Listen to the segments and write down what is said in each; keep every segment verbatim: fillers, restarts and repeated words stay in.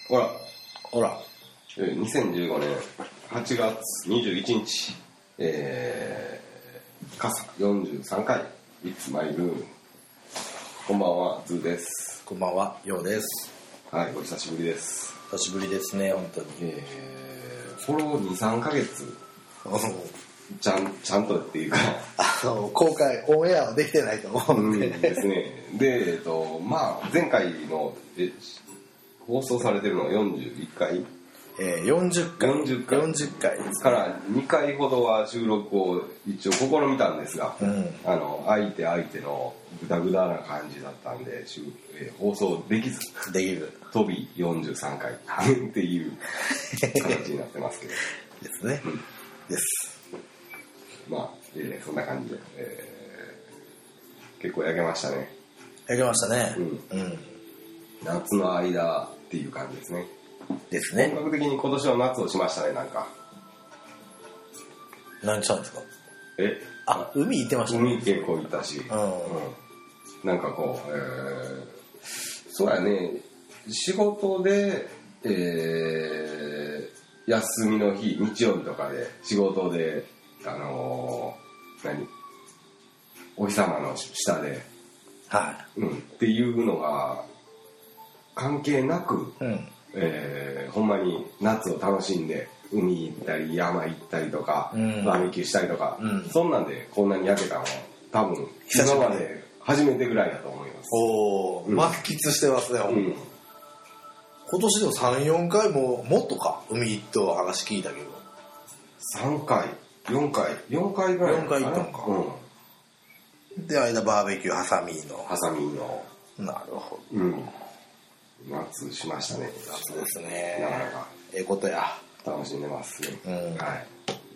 ほらほらにせんじゅうごねんはちがつにじゅういちにち、えー、傘よんじゅうさんかい It's my room。 こんばんは、ズーです。 こんばんは、ようです。 はい、お久しぶりです。 久しぶりですね、本当に。 えー、フォローにさんかげつちゃんちゃんとっていうかあの公開オンエアはできてないと思うんで、 うんですね。で、えっとまあ前回のえ放送されてるのはよんじゅういっかい、 えー、よんじゅっかいよんじゅっかいよんじゅっかいですからにかいほどは収録を一応試みたんですが、 うん、 あの相手相手のグダグダな感じだったんで、えー、放送できずできる飛びよんじゅうさんかいっていう形になってますけどですね、 うん、 ですまあ、えー、そんな感じで、えー、結構焼けましたね。 焼けましたね、 うん、 うん、 夏の間っていう感じですね。 ですね。 本格的に今年は夏をしましたね。なんか何したんですか？ えあ、海行ってましたね。 海結構行ったし、 うんうん、 なんかこう、えー、そうやね、仕事で、えー、休みの日、日曜日とかで仕事で、あのー、何お日様の下で、 はい、 うん、っていうのが関係なく、 うん、 えー、ほんまに夏を楽しんで海行ったり山行ったりとか、うん、バーベキューしたりとか、うん、そんなんでこんなに焼けたのは多分今まで初めてぐらいだと思います。 おー、うん、満喫してますね、うん、今年でも さん,よん 回ももっとか海行った話聞いたけどさんかいよんかいよんかいぐらいよんかい行ったのか、うん、で間バーベキューハサミのハサミのなるほど、 うん、夏しましたね。 夏ですね。 なかなかええことや楽しんでますね、 うん、 はい。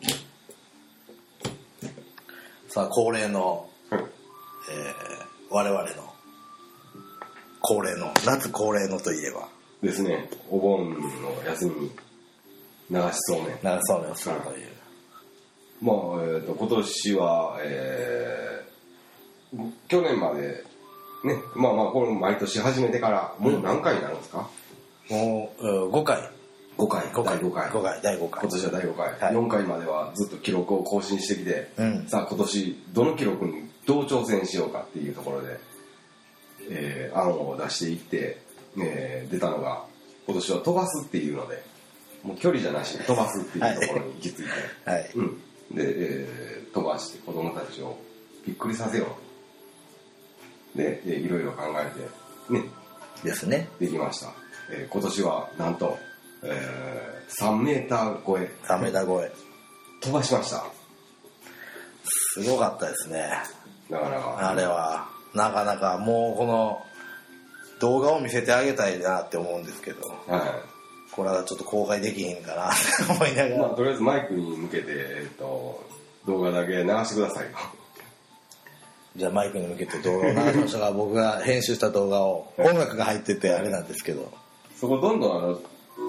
さあ恒例の、うん、えー、我々の恒例の夏恒例のといえばですね、お盆の休みに流しそうめん流しそうめんをするという、 まあ、えーと今年は、えー、去年までね、まあまあこれ毎年始めてからもう何回になるんですか？ うん、もう、うん、ごかいごかいごかいだいごかいごかいだいごかい今年はだいごかい、 はい、 よんかいまではずっと記録を更新してきて、うん、さあ今年どの記録にどう挑戦しようかっていうところで、えー、案を出していって、えー、出たのが今年は飛ばすっていうので、もう距離じゃなしに飛ばすっていうところに行き着いて、 はいうん、で、えー、飛ばして子供たちをびっくりさせようとで、いろいろ考えてねですねできました、えー、今年はなんと、えー、さんメーター超えさんメーター超え飛ばしました。 すごかったですね。 なかなかあれはなかなかもうこの動画を見せてあげたいなって思うんですけど、はい、これはちょっと公開できへんかなって思いながら、 まあ、とりあえずマイクに向けて、えー、と動画だけ流してください。 じゃあマイクに向けて動画を流しましたが僕が編集した動画を音楽が入っててあれなんですけど、 そこどんどんあの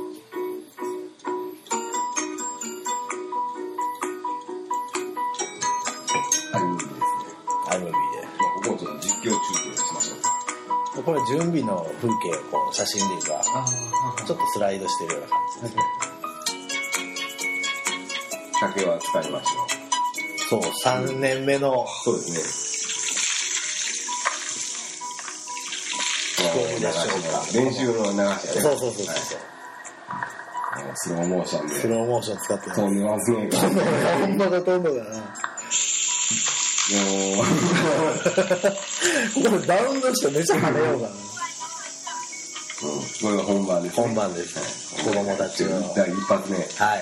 アイムビーで、 ここをちょっと実況中継しましょう。これ準備の風景をこう写真で言えばちょっとスライドしてるような感じですね。 竹は使いましょう。そう、さんねんめの、 そうですね。練習の流し、ね、 そうそうそうそう、 はい、スローモーションでスローモーション使ってます。 飛んでますね。 ほんまだ飛んだだな。もうこれダウンロしてめっちゃ跳ねようかな。うん、これが本番です、ね。 本番です、ね。子供たちの第一発目。 はい。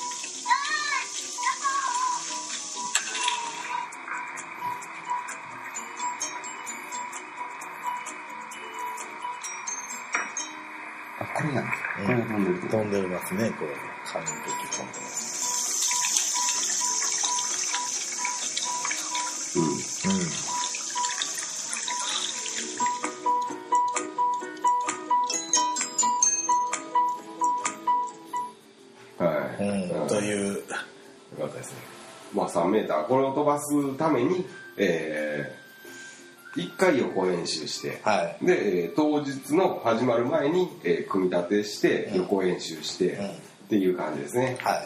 あ、これやん。これが飛んでる。 飛んでますね、これ。完璧飛んでます。 うん。うん。はい。 うん。という。よかったですね。まあさんメーター、これを飛ばすために、えいっかい予行演習して、 はい、 で、えー、当日の始まる前に、えー、組み立てして予行演習して、うん、っていう感じですね、 はい、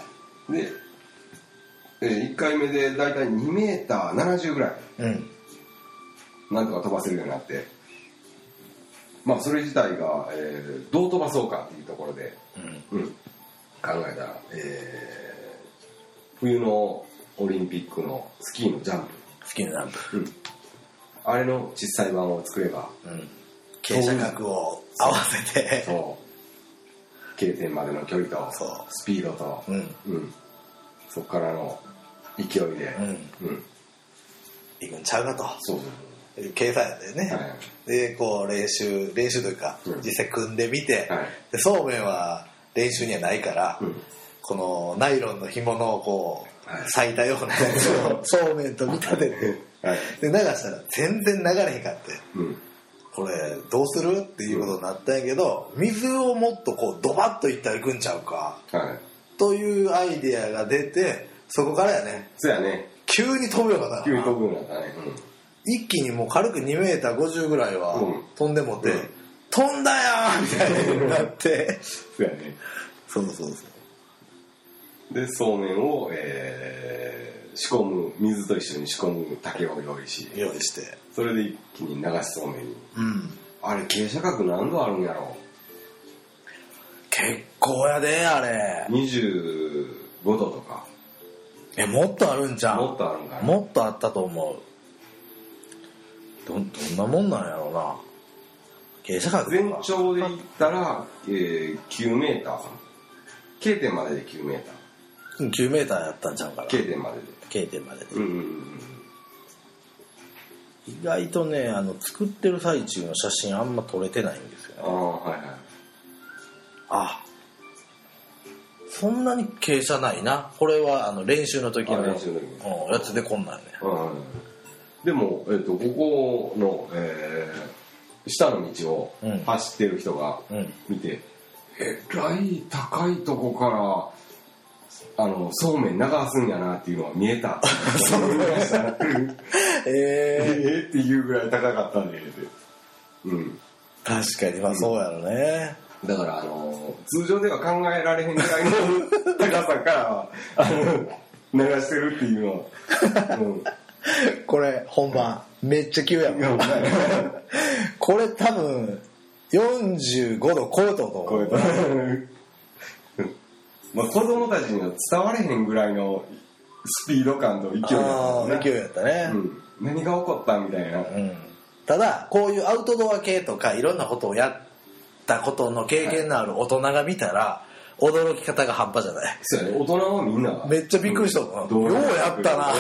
で、えー、いっかいめでだいたいにメーターななじゅうぐらい、うん、なんとか飛ばせるようになって、まあそれ自体が、えー、どう飛ばそうかっていうところで、うんうん、考えたら、えー、冬のオリンピックのスキーのジャンプスキーのジャンプ、うん、 あれの小さい版を作れば、うん、 傾斜角を合わせてそう K 点までの距離とスピードと、うんうん、そこからの勢いで、うんうん、 いくんちゃうかとそうそう計算やでね、はい、でこう練習練習というか、うん、実際組んでみて、はい、でそうめんは練習にはないから、うん、このナイロンの紐のこう、はい、裂いたようなやつをそうめんと見立てて、はい、で流したら全然流れへんかって、うん、これどうするっていうことになったんやけど、水をもっとこうドバッといったらいくんちゃうか、はい、というアイデアが出て、そこからやね、 そうやね、 急に飛ぶようになった急に飛ぶようになったね、うん、 一気にもう軽くにメーターごじゅうぐらいは飛んでもって、うん、飛んだよーみたいになってそうやね、 そうそうそうでそうめんを、えー、仕込む水と一緒に仕込む竹を用意し用意してそれで一気に流しそうめんに、うん、あれ傾斜角何度あるんやろ結構やであれにじゅうごどとかえもっとあるんじゃんもっとあるんかなもっとあったと思うど, どんなもんなんやろうな傾斜角全長で言ったら、えー、きゅうメーター K 点までできゅうメーターきゅうメーターやったんちゃうかな K 点までで K 点までで、 うんうんうん、 意外とねあの作ってる最中の写真あんま撮れてないんですよねああはいはいあそんなに傾斜ないなこれはあの練習の時の練習の時の、うん、やつでこんなんね、うん、 でも、えー、とここの、えー、下の道を走ってる人が見て、うんうん、えらい高いとこからあのそうめん流すんやなっていうのが見えたそう思いましたえー、えーっていうぐらい高かったんで、うん、 確かにまあそうやろね、 うん、だからあの通常では考えられへんぐらいの高さからあの流してるっていうのは、うん、 これ本番めっちゃ急やもんこれ多分よんじゅうごど超えたと思うまあ子供たちには伝われへんぐらいのスピード感と勢いだったね。勢いだったね、 うん、何が起こったみたいな、うん、 ただこういうアウトドア系とかいろんなことをやったことの経験のある大人が見たら、はい、驚き方が半端じゃない。 そうやね、大人はみんなめっちゃびっくりしたもん、うん、ようやったな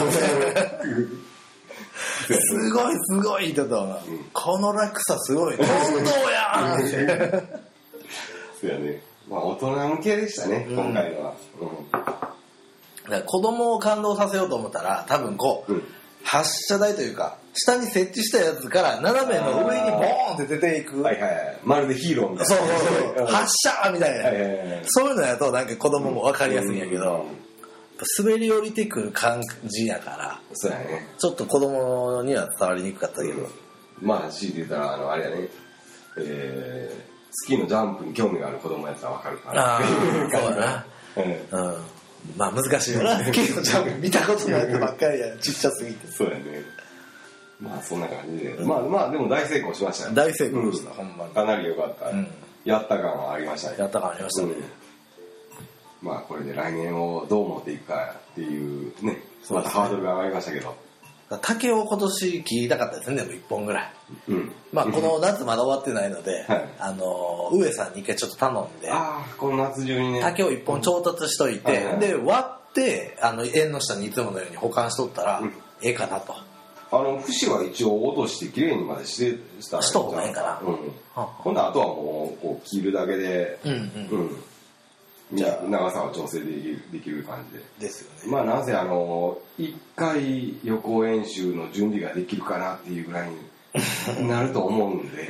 すごいすごいって言ったわ、うん、この落差すごい本当やんそうやね、まあ大人向けでしたね、うん、今回のは、うん、だから子供を感動させようと思ったら多分こう、うん、発射台というか下に設置したやつから斜めの上にボーンって出ていく、 はいはいはい、まるでヒーローみたいな、 そうそうそう発射みたいな、はいはいはい、そういうのやとなんか子供も分かりやすいんやけど、うんうん、滑り降りてくる感じやからそうやね、 ちょっと子供には伝わりにくかったけど、うん、 まあ強いて言ったらあのあれやね、えー、スキーのジャンプに興味がある子供やったら分かるかなっていう感じ。そうだな、うん、うん、まあ難しいよなスキーのジャンプ見たことないやつばっかりやちっちゃすぎてそうやね、まあそんな感じで、うん、まあまあでも大成功しましたね。 大成功でした、うん、ほんまにかなり良かった、うん、やった感はありましたね。 やった感ありましたね、 うん、まあこれで来年をどう持っていくかっていうね、またハードルが上がりましたけど、 竹を今年切りたかったですね、でもいっぽんぐらい、うん、まあこの夏まだ終わってないので、はい、あの上さんに一回ちょっと頼んで、 あこの夏中にね竹をいっぽん調達しといて、うん、で割ってあの縁の下にいつものように保管しとったら、うん、ええかなと。 あの節は一応落としてきれいにまでしてしたらしとうがいいかな、うん、 今度あとはもうこう切るだけで、うんうんうん、じゃあ長さを調整できる、できる感じでですよね。 まあなぜあのいっかい予行演習の準備ができるかなっていうぐらいになると思うんで、うん、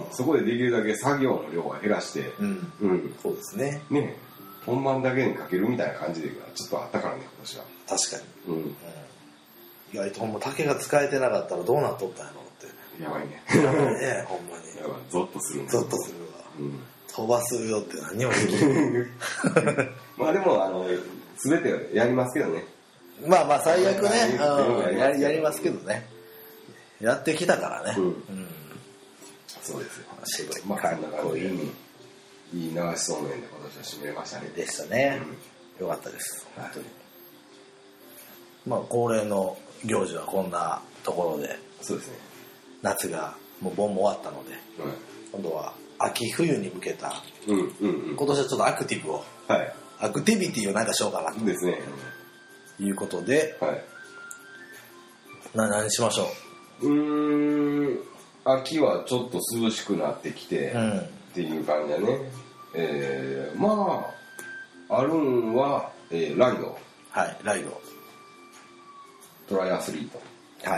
そこでできるだけ作業の量は減らして、うんうん、そうですね。 ね、本番だけにかけるみたいな感じでちょっとあったからね今年は。 確かに。うん。うん、意外とほんま竹が使えてなかったらどうなっとったんやろうって。 やばいね。 やばいね、ほんまに。 やばい、ゾッとするね。 ゾッとするわ。うん、飛ばすよって何もできない。まあでも、あの、すべてやりますけどね。 まあまあ、最悪ね、うん、やり、やりますけどね。やってきたからね。うん。うん、 そうですよ。 渋い。 まあ、かっこいい。いい流しそうめんで今年は締めれましたね。 でしたね。うん、よかったです。本当に。まあ、恒例の行事はこんなところで。 そうですね。 夏がもう盆も終わったので、はい、今度は秋冬に向けた、うんうんうん、今年はちょっとアクティブを、はい、アクティビティをなんかしようかなとですね、いうことで、はい、な何しましょう。うーん、秋はちょっと涼しくなってきて、うん、っていう感じだね。えー、まああるんは、えー、ライド、 はいライド、 トライアスリート、はい。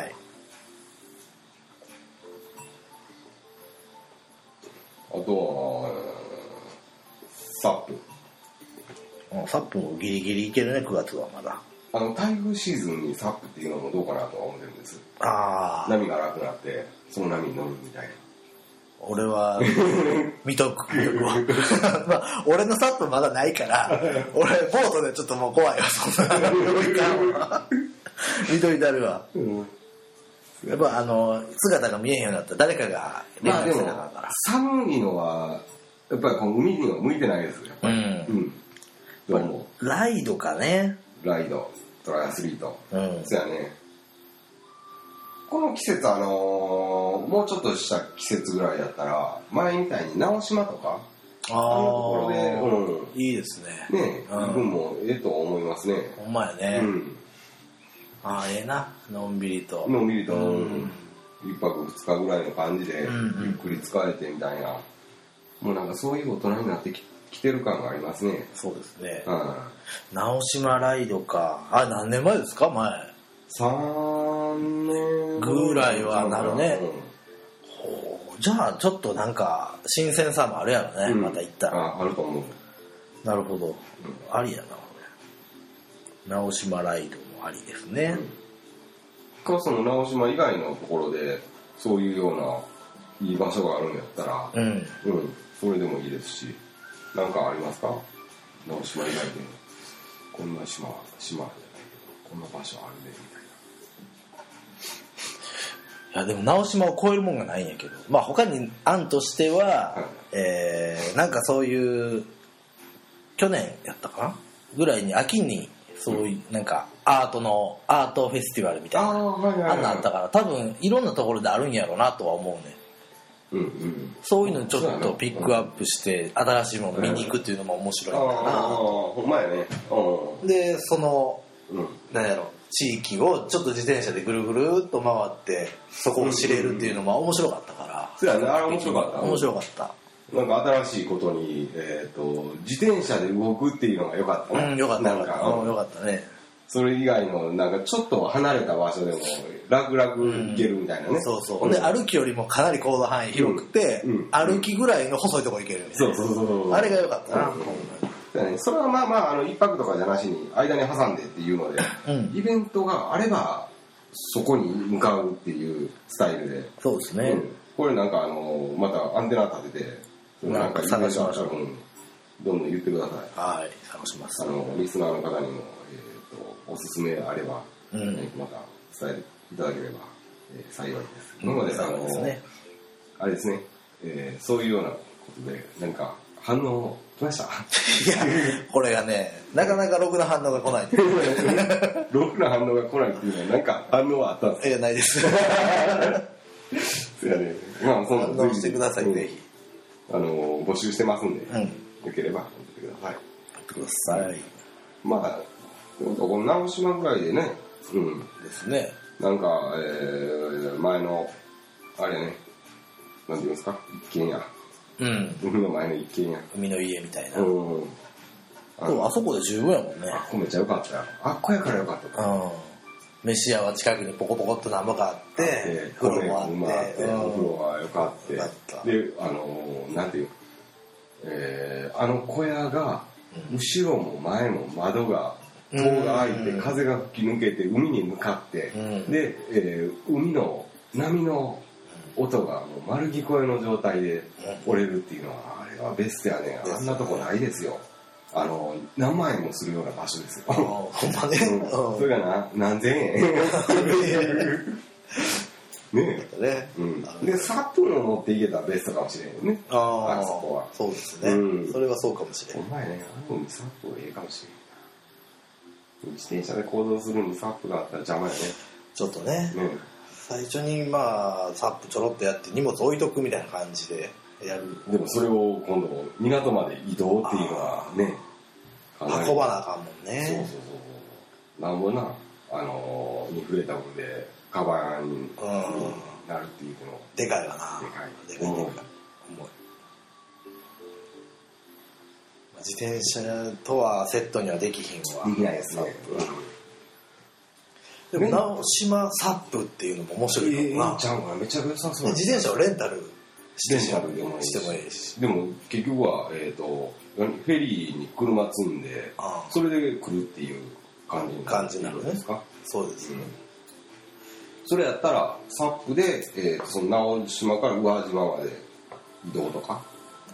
あとはサップ。 サップもギリギリいけるね、くがつはまだ。 あの台風シーズンにサップっていうのもどうかなとは思ってるんです。ああ。波が荒くなってその波に乗るみたいな。 俺は見とく見とくわ。まあ俺のサップまだないから、俺ボートでちょっともう怖いわそんな。見といてあるわ。うん、やっぱあの姿が見えへんようになったら誰かが連絡してなかったら、 寒いのはやっぱりこの海には向いてないですよやっぱり、うんうん、 どうもライドかね、 ライドトライアスリート、うん、そうやね。この季節あのー、もうちょっとした季節ぐらいだったら前みたいに直島とかああいうところで、 うん、いいですねね、うん、自分もええと思いますね。 ほんまやね、うん、ああええな、のんびりとのんびりと、うん、いっぱくふつかぐらいの感じでゆっくり疲れてみたいな、もうなんかそういう大人になってき来てる感がありますね。 そうですね、うん、直島ライドか、あれ何年前ですか？前さんねんぐらいはなるね、うん、ほう、じゃあちょっとなんか新鮮さもあるやろね、うん、また行ったらあ, あると思う。 なるほど、うん、ありやな。直島ライドもありですね、 うん、その直島以外のところでそういうようないい場所があるんやったら、うん、うん、それでもいいですし、なんかありますか？直島以外でこんな島島じゃないけどこんな場所あるねみたいな。 いやでも直島を超えるもんがないんやけど、まあ他に案としては、はい、えー、なんかそういう去年やったかなぐらいに秋にそういうなんかアートのアートフェスティバルみたいな あ,、はいはいはい、あんなあったから多分いろんなところであるんやろうなとは思うね。うんうん、そういうのちょっとピックアップして新しいもの見に行くっていうのも面白いんだな。 ほんまやね。 でその、うん、なんやろ地域をちょっと自転車でぐるぐるっと回ってそこを知れるっていうのも面白かったから。 そうやね、あれ面白かった。 面白かった。 なんか新しいことに、えー、と自転車で動くっていうのが良かったね。 うん、良かったなんか、うん、良かったね。 それ以外のなんかちょっと離れた場所でも楽々行けるみたいなね、うん、 そうそう。で歩きよりもかなり行動範囲広くて、うんうん、歩きぐらいの細いとこ行けるみたいな。そうそうそうそう。あれが良かったな、うんうん、それはまあまあ、あの一泊とかじゃなしに間に挟んでっていうので、うん、イベントがあればそこに向かうっていうスタイルで。 そうですね、うん、 これなんかあのまたアンテナ立ててなんか探しましょう、 うん、どんどん言ってください。 はい、探します。 あのリスナーの方にも、えー、とおすすめあれば、うん、また伝えていただければ、えー、幸いです。なので、あのですね、あれですね、えー、そういうようなことでなんか反応来ました？ いや、これがね、なかなかろくな反応が来ない。 ろくな反応が来ないっていうのはなんか反応はあったんですか？ いや、ないです。 そうやね、まあその反応してください、ぜひ。 あの募集してますんで、うん、よければ送ってください。 送ってください。 まあこの直島ぐらいでね、うん、 ですね。 なんか、えー、前のあれね、なんていうんですか、一軒家、うん、海の前の一軒家、 海の家みたいな。うん。あ, あそこで十分やもんね。 あっこめっちゃ良かったよ。あっこやから良かった。うん。 飯屋は近くにポコポコっと何ぼかあって、風呂もあって、 お風呂は良かって、で、あのなんていう、えー、あの小屋が後ろも前も窓が戸が開いて風が吹き抜けて海に向かって、うん、で、えー、海の波の音がもう丸聞こえの状態で折れるっていうのは、あれはベストやね。あんなとこないですよ。あの何万円もするような場所ですよ。 ほんまね、 うん、それがな何千円ねえ、ね、うん、でサップの持っていけたらベストかもしれんよね。 ああ、 そこはそうですね、うん、それはそうかもしれん。 お前ね、あのサップええかもしれん。自転車で行動するにサップがあったら邪魔やね。 ちょっとね、 ね、 最初にまあサップちょろっとやって荷物置いとくみたいな感じでやる。 でもそれを今度港まで移動っていうのはね、 運ばなあかんもんね。 そうそうそう、なんぼな、あのー、インフレータブでカバンになるっていうの、 でかいわな。 でかい、 でかい、でかい、重い。自転車とはセットにはできひんわ。 できないですね。 でも直島サップっていうのも面白いかもな。 ちゃうかな、めちゃくちゃ良さそう。 自転車をレンタルしてもいいし、でも結局は、えー、とフェリーに車積んでそれで来るっていう感じに感じになるんですか。 そうですね、うん、 それやったらサップで、えー、その直島から宇和島まで移動とか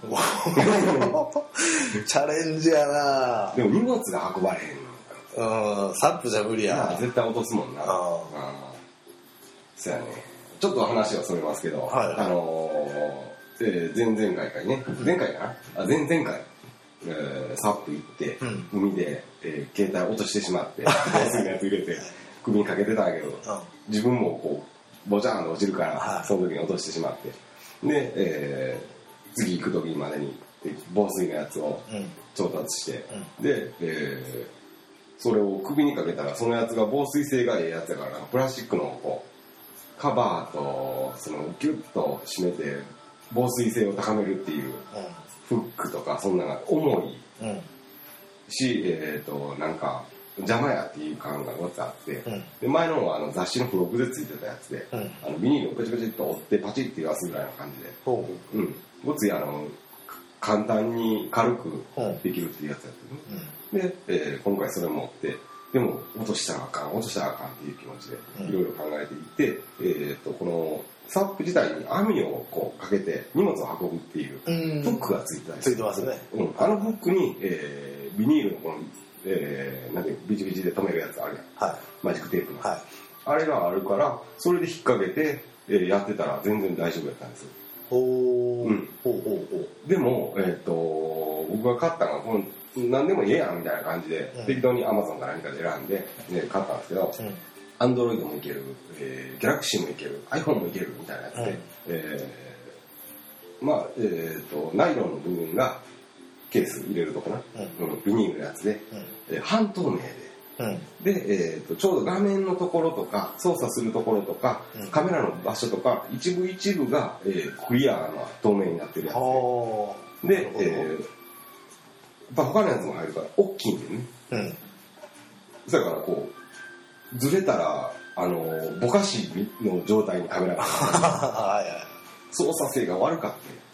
チャレンジやな。 でも荷物が運ばれへんの。うん、サップじゃ無理や。 絶対落とすもんな。ああ、そうやね。ちょっと話はそれますけど、はい、あのーえー、前々回かね、前回かな、あ前々回、えー、サップ行って、うん、海で、えー、携帯落としてしまって防水のやつ入れて首にかけてたんだけど、うん、自分もこうボチャンと落ちるから、はい、その時に落としてしまって、で、えー、次行く時までに防水のやつを調達して、うん、で、えー、それを首にかけたらそのやつが防水性がいいやつだからプラスチックのこうカバーとそのギュッと締めて防水性を高めるっていうフックとかそんなのが重いし、えー、となんか邪魔やっていう感がごっつあって、うん、で前のはあの雑誌の付録でついてたやつで、うん、あのビニールをペチペチっと折ってパチって言わすぐらいの感じで、うん、ごっついあの簡単に軽くできるっていうやつやってね、うん、で、えー、今回それを持ってでも落としたらあかん落としたらあかんっていう気持ちでいろいろ考えていって、うん、えー、とこのサップ自体に網をこうかけて荷物を運ぶっていうフックがついてたりついてますね、 うん、あのフックに、えー、ビニールのこの、えー、なんてビチビチで留めるやつあるやん、はい、マジックテープの、はい、あれがあるからそれで引っ掛けて、えー、やってたら全然大丈夫やったんですよ。 ほー、うん、 ほうほうほう。でも、えー、と僕が買ったのはこの何でもええやんみたいな感じで、うん、適当に Amazon か何かで選んで、ね、買ったんですけど、うん、Android もいける、えー、Galaxy もいける iPhone もいけるみたいなやつで、うん、えー、まあ、えー、とナイロンの部分がケース入れるとかな、うんうん、ビニールのやつで、うん、えー、半透明で、うん、で、えー、とちょうど画面のところとか操作するところとか、うん、カメラの場所とか一部一部が、えー、クリアな透明になってるやつで、で、えー他のやつも入るから大きいんだよね。うん。だからこうずれたらあのぼかしの状態にカメラがはいはい。操作性が悪かった。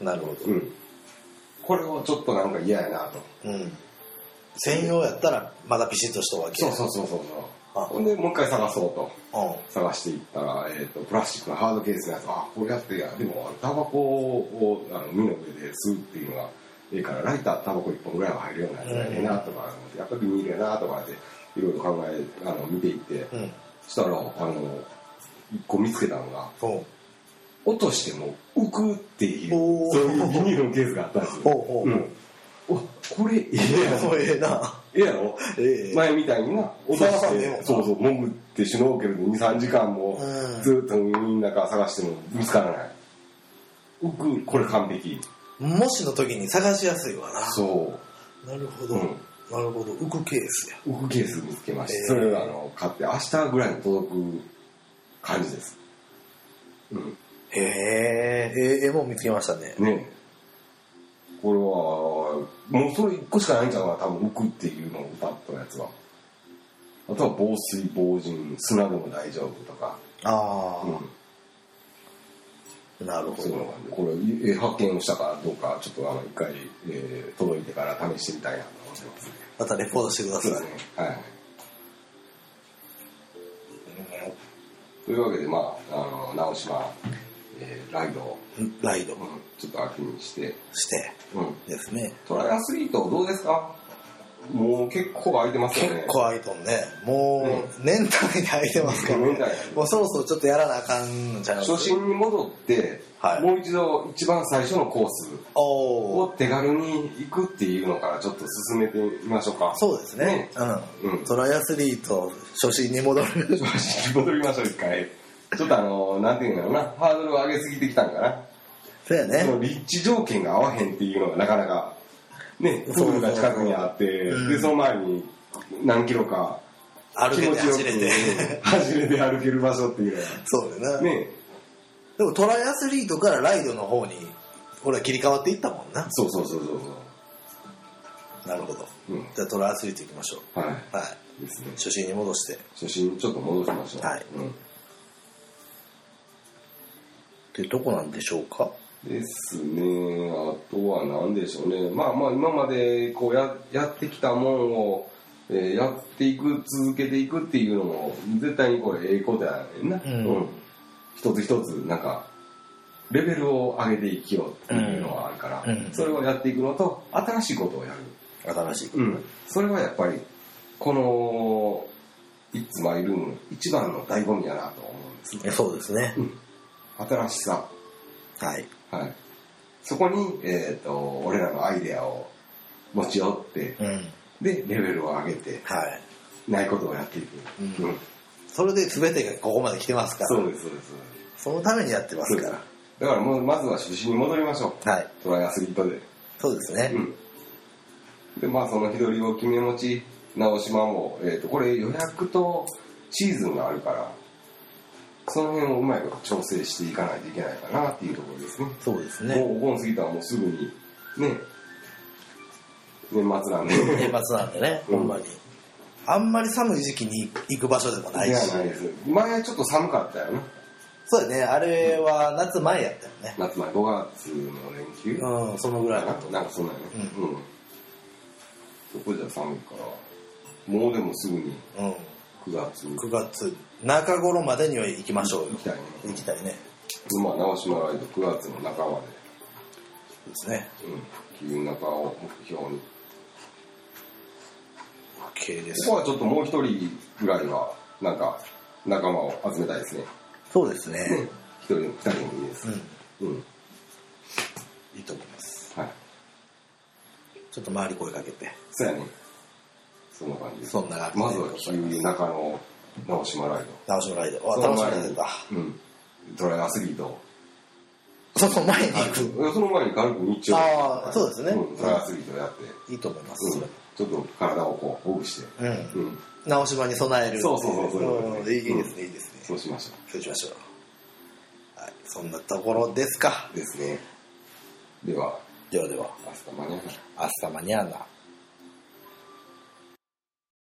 なるほど。うん。 これをちょっとなんか嫌やなと。 うん。専用やったらまだピシッとしたわけ。 そうそうそうそう。ほんでもう一回探そうと、うん、探していったら、えーと、プラスチックのハードケースのやつ、あこれやってやでもタバコをあの身の上で吸うっていうのがええからライタータバコいっぽんぐらいは入るようなやつがええなとか、うん、やっぱりビニールやなとかでいろいろ考えあの見ていって、うん、そしたらあのいっこ見つけたのが、うん、落としても浮くっていうそういうビニールのケースがあったんですよ。おうおう、うん、おこれええやろええなええやろ、ええ、前みたいにな落としてそうそう潜ってシュノーケルで にさんじかんもずっと海の中探しても見つからない。浮くこれ完璧。 もしの時に探しやすいわな。 そうなるほど、うん、なるほど。浮くケースや浮くケース見つけました、えー、それをあの買って明日ぐらいに届く感じです、 うん、へえええもう見つけましたね。 ねこれはもうそれいっこしかないんじゃないかな多分浮くっていうのを歌ったやつは。あとは防水防塵砂でも大丈夫とか。ああ、 うん、なるほど。 これ発見をしたかどうかちょっとあの一回、えー、届いてから試してみたいなと思ってますね。 またレポートしてください。 そうですね。はい。というわけでまああの直島、えー、来ライド、うん、 ちょっと秋にしてしてうんですね。 トライアスリートどうですか？もう結構空いてますよね。 結構空いとんね。もう年単位で空いてますから、ね、もうそろそろちょっとやらなあかんのちゃいます？ 初心に戻って、はい、もう一度一番最初のコースを手軽に行くっていうのからちょっと進めてみましょうか。 そうですね。ねうんうん、トライアスリート初心に戻る。 初心に戻りましょう一回。ちょっとあのなんていうんだろうな、ハードルを上げすぎてきたんかな。 そうやね。 その立地条件が合わへんっていうのがなかなか。ね、プールが近くにあって、うん、でその前に何キロか歩けて走れて走れて歩ける場所っていうのはそうだな、 ね、 でもトライアスリートからライドの方に俺は切り替わっていったもんな。 そうそうそうそうそうなるほど、うん、じゃあトライアスリートいきましょう。 はい、 はい、ですね、初心に戻して初心にちょっと戻しましょう。 はい、うん、っていうとこなんでしょうか。 ですね。あとは何でしょうね。まあまあ今までこう や, やってきたもんを、えー、やっていく続けていくっていうのも絶対にこれええことやねんな、うんうん、一つ一つなんかレベルを上げていきようっていうのはあるから、うん、それをやっていくのと新しいことをやる新しいこと、 うん、それはやっぱりこのイッツマイルーム一番の醍醐味やなと思うんですね。 そうですね、うん、 新しさ、 はいはい、そこに、えーと、俺らのアイデアを持ち寄って、うん、でレベルを上げて、はい、ないことをやっていく、 うんうん、それで全てがここまで来てますから。 そうですそうです。 そのためにやってますから。 だからもうまずは初心に戻りましょう、はい、トライアスリートで。 そうですね、うん、 でまあその日取りを決め持ち直島も、えーと、これ予約とシーズンがあるからその辺をうまいこと調整していかないといけないかなっていうところですね。 そうですね。 もうお盆過ぎたらもうすぐにね、年末なんで年末なんでね、ほんまにあんまり寒い時期に行く場所でもないし。いやないです。前ちょっと寒かったよね。 そうだね、あれは夏前やったよね。 夏前、ごがつの連休、 うん、そのぐらいなんかなんかそんなんやね、うんうん、そこじゃ寒いからもうでもすぐにくがつ、うん、 くがつ中頃までには行きましょうよ。 行きたいね。 行きたいね。 まあ直島ライドくがつの中までですね。 うん、急中を目標に OK です。 ここはちょっともう一人ぐらいはなんか仲間を集めたいですね。 そうですね。 一人、二人でもいいです。うん。うん。 いいと思います。 はい。 ちょっと周り声かけて。 そうやね。そんな感じ。 そんな感じ。 まずは急に中野直島ライド。 直島ライド。あ、楽しみだった。 うん。トライアスリート。 その前に行く。 その前に軽く日曜日。 ああ、そうですね。 トライアスリートやって。 いいと思います。 ちょっと体をこうほぐして。うん。 直島に備える。 そうそうそう。 いいですね、いいですね。 そうしましょう。 そうしましょう。はい、そんなところですか。 ですね。では。 ではでは。 アスタマニャーナ。 アスタマニャーナ。